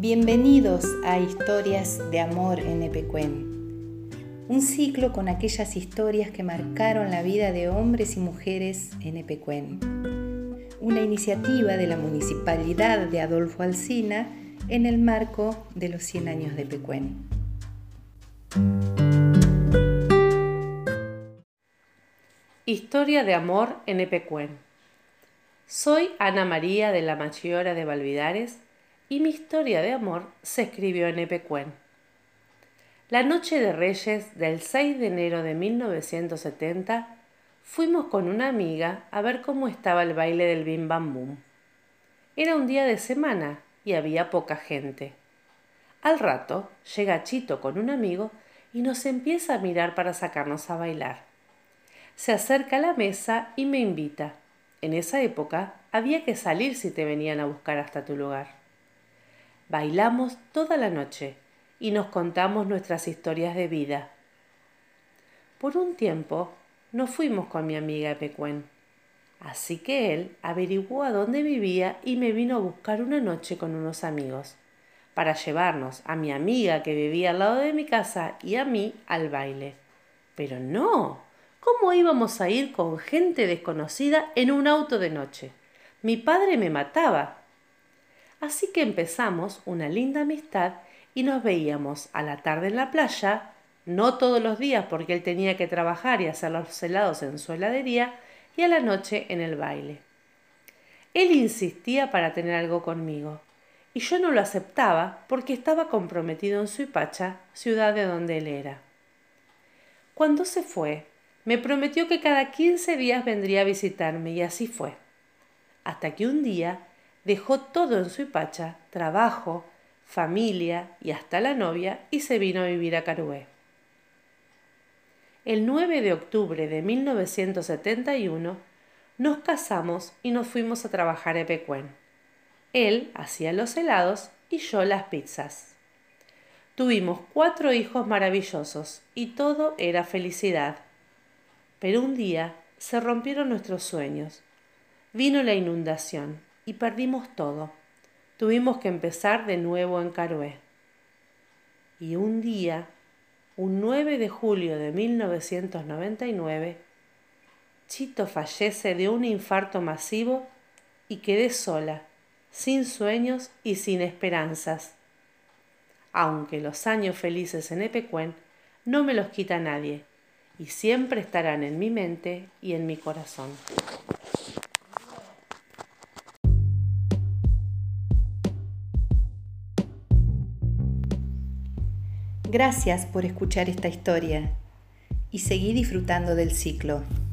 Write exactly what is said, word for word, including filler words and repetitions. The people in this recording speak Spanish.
Bienvenidos a Historias de Amor en Epecuén, un ciclo con aquellas historias que marcaron la vida de hombres y mujeres en Epecuén, una iniciativa de la Municipalidad de Adolfo Alsina en el marco de los cien años de Epecuén. Historia de amor en Epecuén. Soy Ana María de la Machiora de Valvidares y mi historia de amor se escribió en Epecuén. La noche de Reyes del seis de enero de mil novecientos setenta fuimos con una amiga a ver cómo estaba el baile del Bim Bam Bum. Era un día de semana y había poca gente. Al rato llega Chito con un amigo y nos empieza a mirar para sacarnos a bailar. Se acerca a la mesa y me invita. En esa época había que salir si te venían a buscar hasta tu lugar. Bailamos toda la noche y nos contamos nuestras historias de vida. Por un tiempo nos fuimos con mi amiga a Epecuén, así que él averiguó a dónde vivía y me vino a buscar una noche con unos amigos, para llevarnos a mi amiga que vivía al lado de mi casa y a mí al baile. Pero no, ¿cómo íbamos a ir con gente desconocida en un auto de noche? Mi padre me mataba. Así que empezamos una linda amistad y nos veíamos a la tarde en la playa, no todos los días porque él tenía que trabajar y hacer los helados en su heladería, y a la noche en el baile. Él insistía para tener algo conmigo, y yo no lo aceptaba porque estaba comprometido en Suipacha, ciudad de donde él era. Cuando se fue, me prometió que cada quince días vendría a visitarme, y así fue. Hasta que un día dejó todo en Suipacha, trabajo, familia y hasta la novia, y se vino a vivir a Carué. El nueve de octubre de mil novecientos setenta y uno nos casamos y nos fuimos a trabajar a Epecuén. Él hacía los helados y yo las pizzas. Tuvimos cuatro hijos maravillosos y todo era felicidad. Pero un día se rompieron nuestros sueños. Vino la inundación y perdimos todo. Tuvimos que empezar de nuevo en Carué. Y un día, un nueve de julio de mil novecientos noventa y nueve, Chito fallece de un infarto masivo y quedé sola, sin sueños y sin esperanzas. Aunque los años felices en Epecuén no me los quita nadie, y siempre estarán en mi mente y en mi corazón. Gracias por escuchar esta historia y seguí disfrutando del ciclo.